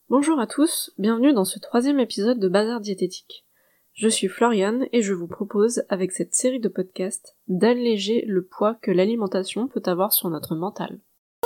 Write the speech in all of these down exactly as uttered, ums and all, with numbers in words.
Bonjour à tous, bienvenue dans ce troisième épisode de Bazar Diététique. Je suis Floriane et je vous propose, avec cette série de podcasts, d'alléger le poids que l'alimentation peut avoir sur notre mental.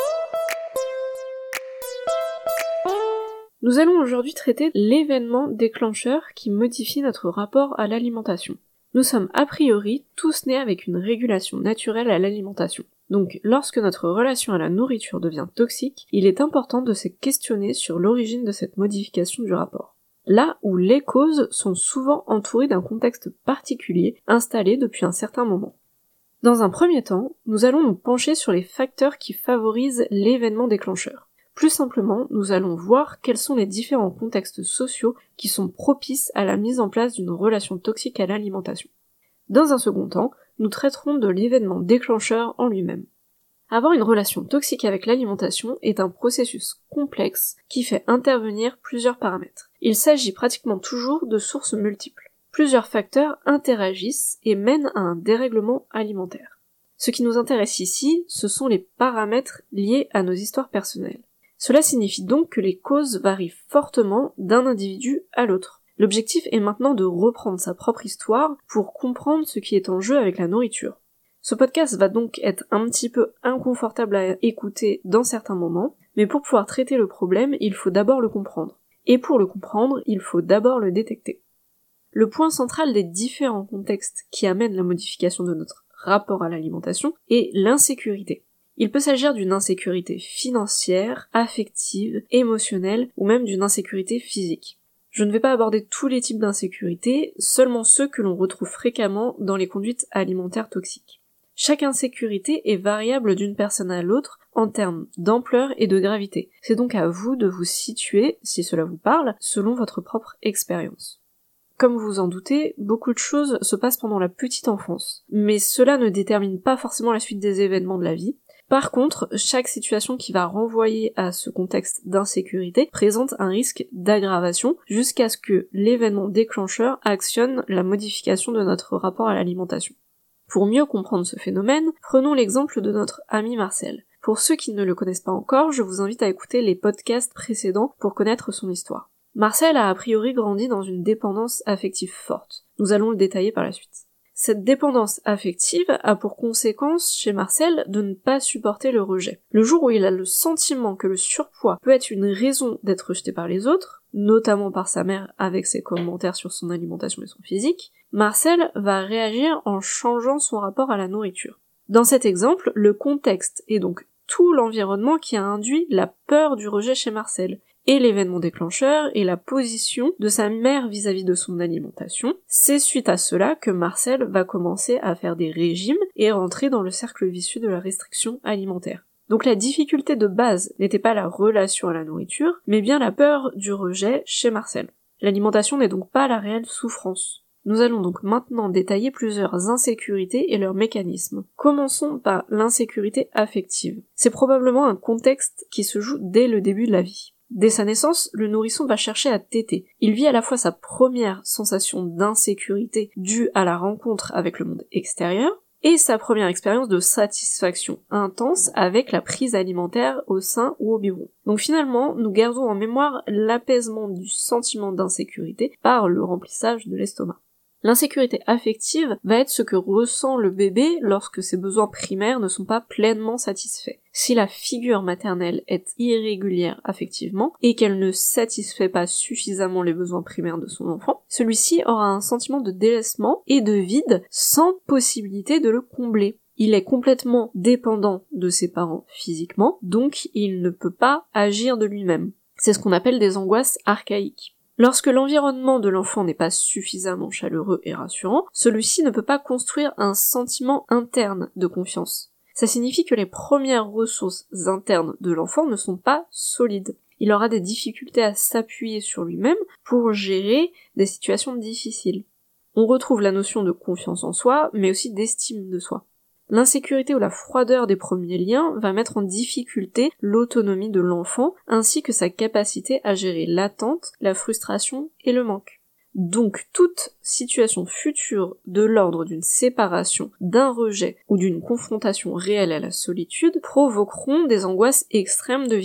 Nous allons aujourd'hui traiter l'événement déclencheur qui modifie notre rapport à l'alimentation. Nous sommes a priori tous nés avec une régulation naturelle à l'alimentation. Donc, lorsque notre relation à la nourriture devient toxique, il est important de se questionner sur l'origine de cette modification du rapport. Là où les causes sont souvent entourées d'un contexte particulier installé depuis un certain moment. Dans un premier temps, nous allons nous pencher sur les facteurs qui favorisent l'événement déclencheur. Plus simplement, nous allons voir quels sont les différents contextes sociaux qui sont propices à la mise en place d'une relation toxique à l'alimentation. Dans un second temps, nous traiterons de l'événement déclencheur en lui-même. Avoir une relation toxique avec l'alimentation est un processus complexe qui fait intervenir plusieurs paramètres. Il s'agit pratiquement toujours de sources multiples. Plusieurs facteurs interagissent et mènent à un dérèglement alimentaire. Ce qui nous intéresse ici, ce sont les paramètres liés à nos histoires personnelles. Cela signifie donc que les causes varient fortement d'un individu à l'autre. L'objectif est maintenant de reprendre sa propre histoire pour comprendre ce qui est en jeu avec la nourriture. Ce podcast va donc être un petit peu inconfortable à écouter dans certains moments, mais pour pouvoir traiter le problème, il faut d'abord le comprendre. Et pour le comprendre, il faut d'abord le détecter. Le point central des différents contextes qui amènent la modification de notre rapport à l'alimentation est l'insécurité. Il peut s'agir d'une insécurité financière, affective, émotionnelle ou même d'une insécurité physique. Je ne vais pas aborder tous les types d'insécurité, seulement ceux que l'on retrouve fréquemment dans les conduites alimentaires toxiques. Chaque insécurité est variable d'une personne à l'autre en termes d'ampleur et de gravité. C'est donc à vous de vous situer, si cela vous parle, selon votre propre expérience. Comme vous vous en doutez, beaucoup de choses se passent pendant la petite enfance, mais cela ne détermine pas forcément la suite des événements de la vie. Par contre, chaque situation qui va renvoyer à ce contexte d'insécurité présente un risque d'aggravation jusqu'à ce que l'événement déclencheur actionne la modification de notre rapport à l'alimentation. Pour mieux comprendre ce phénomène, prenons l'exemple de notre ami Marcel. Pour ceux qui ne le connaissent pas encore, je vous invite à écouter les podcasts précédents pour connaître son histoire. Marcel a a priori grandi dans une dépendance affective forte. Nous allons le détailler par la suite. Cette dépendance affective a pour conséquence chez Marcel de ne pas supporter le rejet. Le jour où il a le sentiment que le surpoids peut être une raison d'être rejeté par les autres, notamment par sa mère avec ses commentaires sur son alimentation et son physique, Marcel va réagir en changeant son rapport à la nourriture. Dans cet exemple, le contexte est donc tout l'environnement qui a induit la peur du rejet chez Marcel. Et l'événement déclencheur est la position de sa mère vis-à-vis de son alimentation. C'est suite à cela que Marcel va commencer à faire des régimes et rentrer dans le cercle vicieux de la restriction alimentaire. Donc la difficulté de base n'était pas la relation à la nourriture, mais bien la peur du rejet chez Marcel. L'alimentation n'est donc pas la réelle souffrance. Nous allons donc maintenant détailler plusieurs insécurités et leurs mécanismes. Commençons par l'insécurité affective. C'est probablement un contexte qui se joue dès le début de la vie. Dès sa naissance, le nourrisson va chercher à téter. Il vit à la fois sa première sensation d'insécurité due à la rencontre avec le monde extérieur et sa première expérience de satisfaction intense avec la prise alimentaire au sein ou au biberon. Donc finalement, nous gardons en mémoire l'apaisement du sentiment d'insécurité par le remplissage de l'estomac. L'insécurité affective va être ce que ressent le bébé lorsque ses besoins primaires ne sont pas pleinement satisfaits. Si la figure maternelle est irrégulière affectivement et qu'elle ne satisfait pas suffisamment les besoins primaires de son enfant, celui-ci aura un sentiment de délaissement et de vide sans possibilité de le combler. Il est complètement dépendant de ses parents physiquement, donc il ne peut pas agir de lui-même. C'est ce qu'on appelle des angoisses archaïques. Lorsque l'environnement de l'enfant n'est pas suffisamment chaleureux et rassurant, celui-ci ne peut pas construire un sentiment interne de confiance. Ça signifie que les premières ressources internes de l'enfant ne sont pas solides. Il aura des difficultés à s'appuyer sur lui-même pour gérer des situations difficiles. On retrouve la notion de confiance en soi, mais aussi d'estime de soi. L'insécurité ou la froideur des premiers liens va mettre en difficulté l'autonomie de l'enfant ainsi que sa capacité à gérer l'attente, la frustration et le manque. Donc toute situation future de l'ordre d'une séparation, d'un rejet ou d'une confrontation réelle à la solitude provoqueront des angoisses extrêmes de vide.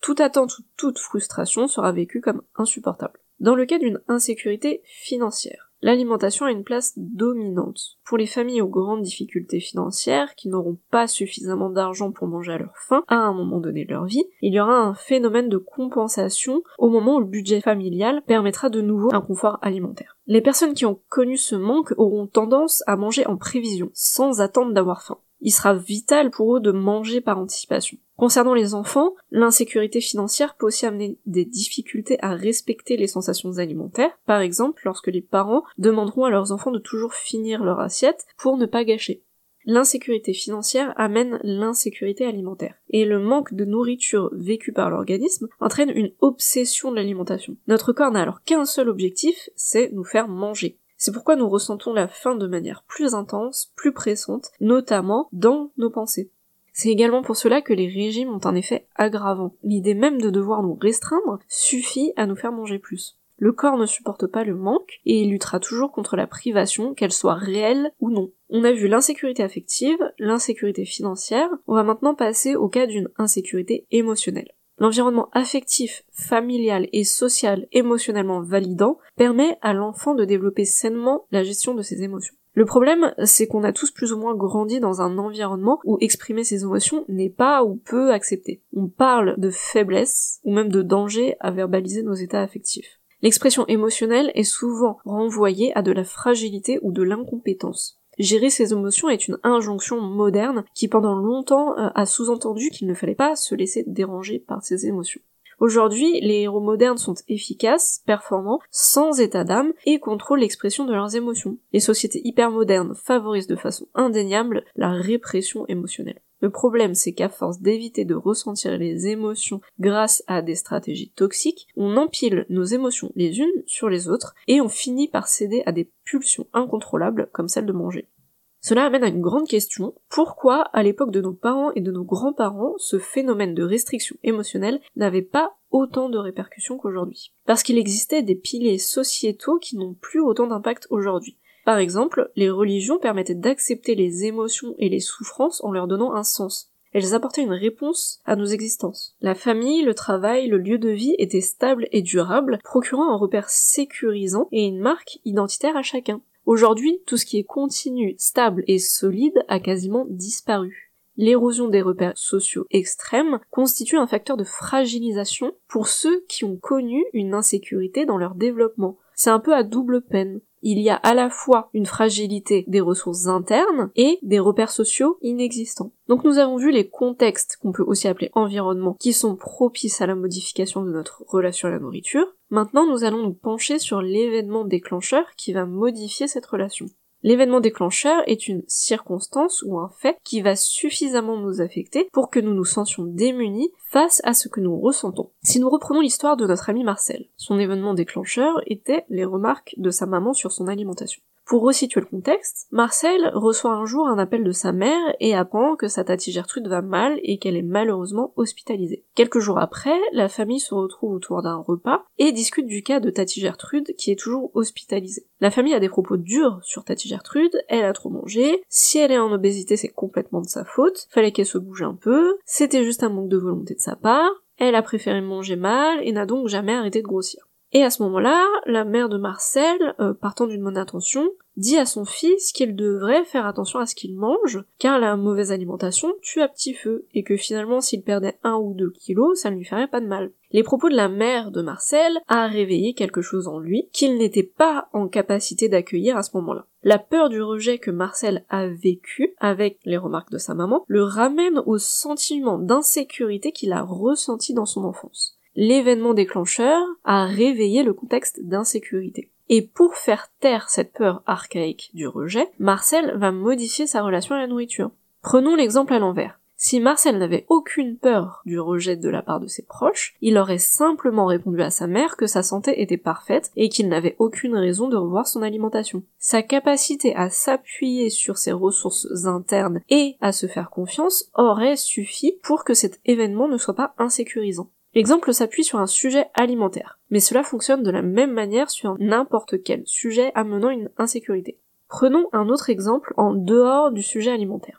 Toute attente ou toute frustration sera vécue comme insupportable. Dans le cas d'une insécurité financière, l'alimentation a une place dominante. Pour les familles aux grandes difficultés financières, qui n'auront pas suffisamment d'argent pour manger à leur faim, à un moment donné de leur vie, il y aura un phénomène de compensation au moment où le budget familial permettra de nouveau un confort alimentaire. Les personnes qui ont connu ce manque auront tendance à manger en prévision, sans attendre d'avoir faim. Il sera vital pour eux de manger par anticipation. Concernant les enfants, l'insécurité financière peut aussi amener des difficultés à respecter les sensations alimentaires, par exemple lorsque les parents demanderont à leurs enfants de toujours finir leur assiette pour ne pas gâcher. L'insécurité financière amène l'insécurité alimentaire, et le manque de nourriture vécu par l'organisme entraîne une obsession de l'alimentation. Notre corps n'a alors qu'un seul objectif, c'est nous faire manger. C'est pourquoi nous ressentons la faim de manière plus intense, plus pressante, notamment dans nos pensées. C'est également pour cela que les régimes ont un effet aggravant. L'idée même de devoir nous restreindre suffit à nous faire manger plus. Le corps ne supporte pas le manque et il luttera toujours contre la privation, qu'elle soit réelle ou non. On a vu l'insécurité affective, l'insécurité financière, on va maintenant passer au cas d'une insécurité émotionnelle. L'environnement affectif, familial et social émotionnellement validant permet à l'enfant de développer sainement la gestion de ses émotions. Le problème, c'est qu'on a tous plus ou moins grandi dans un environnement où exprimer ses émotions n'est pas ou peu accepté. On parle de faiblesse ou même de danger à verbaliser nos états affectifs. L'expression émotionnelle est souvent renvoyée à de la fragilité ou de l'incompétence. Gérer ses émotions est une injonction moderne qui pendant longtemps euh, a sous-entendu qu'il ne fallait pas se laisser déranger par ses émotions. Aujourd'hui, les héros modernes sont efficaces, performants, sans état d'âme et contrôlent l'expression de leurs émotions. Les sociétés hypermodernes favorisent de façon indéniable la répression émotionnelle. Le problème, c'est qu'à force d'éviter de ressentir les émotions grâce à des stratégies toxiques, on empile nos émotions les unes sur les autres et on finit par céder à des pulsions incontrôlables comme celle de manger. Cela amène à une grande question, pourquoi à l'époque de nos parents et de nos grands-parents, ce phénomène de restriction émotionnelle n'avait pas autant de répercussions qu'aujourd'hui? Parce qu'il existait des piliers sociétaux qui n'ont plus autant d'impact aujourd'hui. Par exemple, les religions permettaient d'accepter les émotions et les souffrances en leur donnant un sens. Elles apportaient une réponse à nos existences. La famille, le travail, le lieu de vie étaient stables et durables, procurant un repère sécurisant et une marque identitaire à chacun. Aujourd'hui, tout ce qui est continu, stable et solide a quasiment disparu. L'érosion des repères sociaux extrêmes constitue un facteur de fragilisation pour ceux qui ont connu une insécurité dans leur développement. C'est un peu à double peine. Il y a à la fois une fragilité des ressources internes et des repères sociaux inexistants. Donc nous avons vu les contextes, qu'on peut aussi appeler environnements, qui sont propices à la modification de notre relation à la nourriture. Maintenant nous allons nous pencher sur l'événement déclencheur qui va modifier cette relation. L'événement déclencheur est une circonstance ou un fait qui va suffisamment nous affecter pour que nous nous sentions démunis face à ce que nous ressentons. Si nous reprenons l'histoire de notre ami Marcel, son événement déclencheur était les remarques de sa maman sur son alimentation. Pour resituer le contexte, Marcel reçoit un jour un appel de sa mère et apprend que sa tati Gertrude va mal et qu'elle est malheureusement hospitalisée. Quelques jours après, la famille se retrouve autour d'un repas et discute du cas de tati Gertrude qui est toujours hospitalisée. La famille a des propos durs sur tati Gertrude, elle a trop mangé, si elle est en obésité c'est complètement de sa faute, fallait qu'elle se bouge un peu, c'était juste un manque de volonté de sa part, elle a préféré manger mal et n'a donc jamais arrêté de grossir. Et à ce moment-là, la mère de Marcel, euh, partant d'une bonne intention, dit à son fils qu'il devrait faire attention à ce qu'il mange, car la mauvaise alimentation tue à petit feu, et que finalement s'il perdait un ou deux kilos, ça ne lui ferait pas de mal. Les propos de la mère de Marcel a réveillé quelque chose en lui qu'il n'était pas en capacité d'accueillir à ce moment-là. La peur du rejet que Marcel a vécu avec les remarques de sa maman le ramène au sentiment d'insécurité qu'il a ressenti dans son enfance. L'événement déclencheur a réveillé le contexte d'insécurité. Et pour faire taire cette peur archaïque du rejet, Marcel va modifier sa relation à la nourriture. Prenons l'exemple à l'envers. Si Marcel n'avait aucune peur du rejet de la part de ses proches, il aurait simplement répondu à sa mère que sa santé était parfaite et qu'il n'avait aucune raison de revoir son alimentation. Sa capacité à s'appuyer sur ses ressources internes et à se faire confiance aurait suffi pour que cet événement ne soit pas insécurisant. L'exemple s'appuie sur un sujet alimentaire, mais cela fonctionne de la même manière sur n'importe quel sujet amenant une insécurité. Prenons un autre exemple en dehors du sujet alimentaire.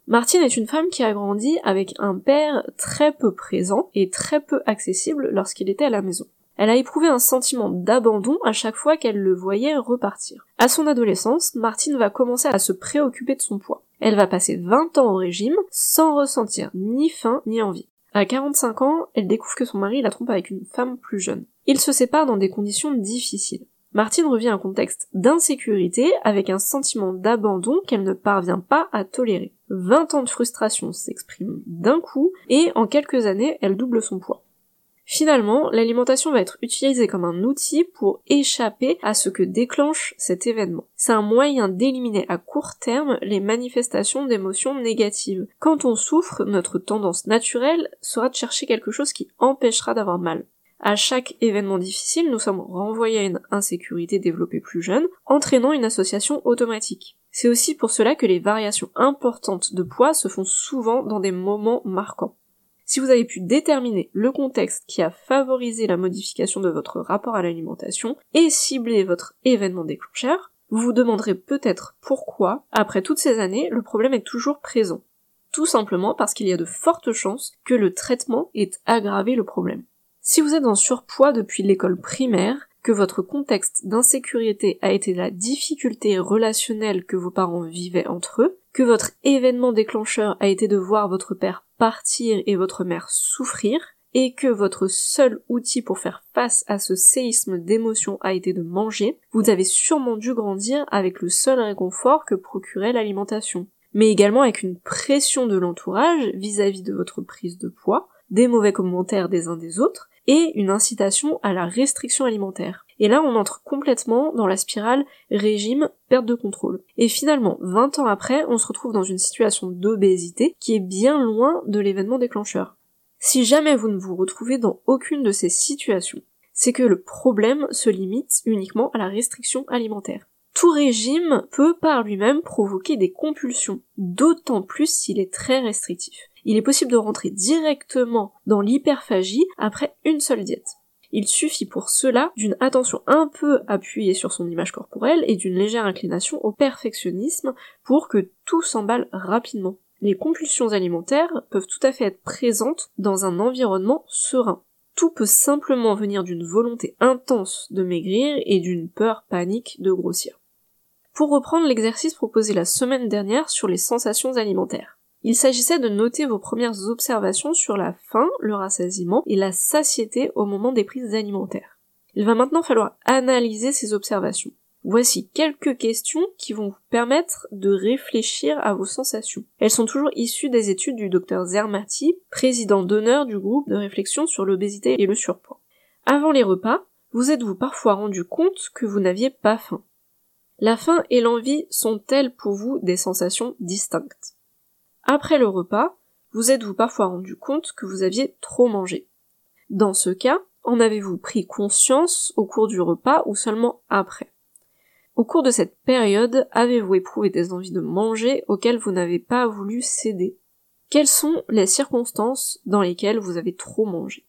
Martine est une femme qui a grandi avec un père très peu présent et très peu accessible lorsqu'il était à la maison. Elle a éprouvé un sentiment d'abandon à chaque fois qu'elle le voyait repartir. À son adolescence, Martine va commencer à se préoccuper de son poids. Elle va passer vingt ans au régime sans ressentir ni faim ni envie. À quarante-cinq ans, elle découvre que son mari la trompe avec une femme plus jeune. Ils se séparent dans des conditions difficiles. Martine revient à un contexte d'insécurité avec un sentiment d'abandon qu'elle ne parvient pas à tolérer. vingt ans de frustration s'expriment d'un coup et en quelques années, elle double son poids. Finalement, l'alimentation va être utilisée comme un outil pour échapper à ce que déclenche cet événement. C'est un moyen d'éliminer à court terme les manifestations d'émotions négatives. Quand on souffre, notre tendance naturelle sera de chercher quelque chose qui empêchera d'avoir mal. À chaque événement difficile, nous sommes renvoyés à une insécurité développée plus jeune, entraînant une association automatique. C'est aussi pour cela que les variations importantes de poids se font souvent dans des moments marquants. Si vous avez pu déterminer le contexte qui a favorisé la modification de votre rapport à l'alimentation et cibler votre événement déclencheur, vous vous demanderez peut-être pourquoi, après toutes ces années, le problème est toujours présent. Tout simplement parce qu'il y a de fortes chances que le traitement ait aggravé le problème. Si vous êtes en surpoids depuis l'école primaire, que votre contexte d'insécurité a été la difficulté relationnelle que vos parents vivaient entre eux, que votre événement déclencheur a été de voir votre père partir et votre mère souffrir, et que votre seul outil pour faire face à ce séisme d'émotions a été de manger, vous avez sûrement dû grandir avec le seul réconfort que procurait l'alimentation, mais également avec une pression de l'entourage vis-à-vis de votre prise de poids, des mauvais commentaires des uns des autres, et une incitation à la restriction alimentaire. Et là, on entre complètement dans la spirale régime, perte de contrôle. Et finalement, vingt ans après, on se retrouve dans une situation d'obésité qui est bien loin de l'événement déclencheur. Si jamais vous ne vous retrouvez dans aucune de ces situations, c'est que le problème se limite uniquement à la restriction alimentaire. Tout régime peut par lui-même provoquer des compulsions, d'autant plus s'il est très restrictif. Il est possible de rentrer directement dans l'hyperphagie après une seule diète. Il suffit pour cela d'une attention un peu appuyée sur son image corporelle et d'une légère inclination au perfectionnisme pour que tout s'emballe rapidement. Les compulsions alimentaires peuvent tout à fait être présentes dans un environnement serein. Tout peut simplement venir d'une volonté intense de maigrir et d'une peur panique de grossir. Pour reprendre l'exercice proposé la semaine dernière sur les sensations alimentaires. Il s'agissait de noter vos premières observations sur la faim, le rassasiement et la satiété au moment des prises alimentaires. Il va maintenant falloir analyser ces observations. Voici quelques questions qui vont vous permettre de réfléchir à vos sensations. Elles sont toujours issues des études du docteur Zermati, président d'honneur du groupe de réflexion sur l'obésité et le surpoids. Avant les repas, vous êtes-vous parfois rendu compte que vous n'aviez pas faim? La faim et l'envie sont-elles pour vous des sensations distinctes? Après le repas, vous êtes-vous parfois rendu compte que vous aviez trop mangé? Dans ce cas, en avez-vous pris conscience au cours du repas ou seulement après? Au cours de cette période, avez-vous éprouvé des envies de manger auxquelles vous n'avez pas voulu céder? Quelles sont les circonstances dans lesquelles vous avez trop mangé?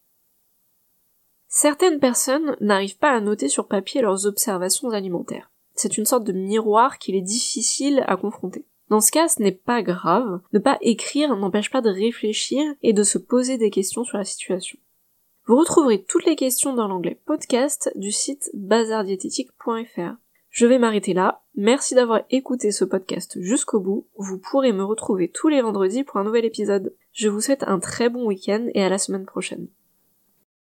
Certaines personnes n'arrivent pas à noter sur papier leurs observations alimentaires. C'est une sorte de miroir qu'il est difficile à confronter. Dans ce cas, ce n'est pas grave, ne pas écrire n'empêche pas de réfléchir et de se poser des questions sur la situation. Vous retrouverez toutes les questions dans l'onglet podcast du site bazar diététique point f r. Je vais m'arrêter là, merci d'avoir écouté ce podcast jusqu'au bout, vous pourrez me retrouver tous les vendredis pour un nouvel épisode. Je vous souhaite un très bon week-end et à la semaine prochaine.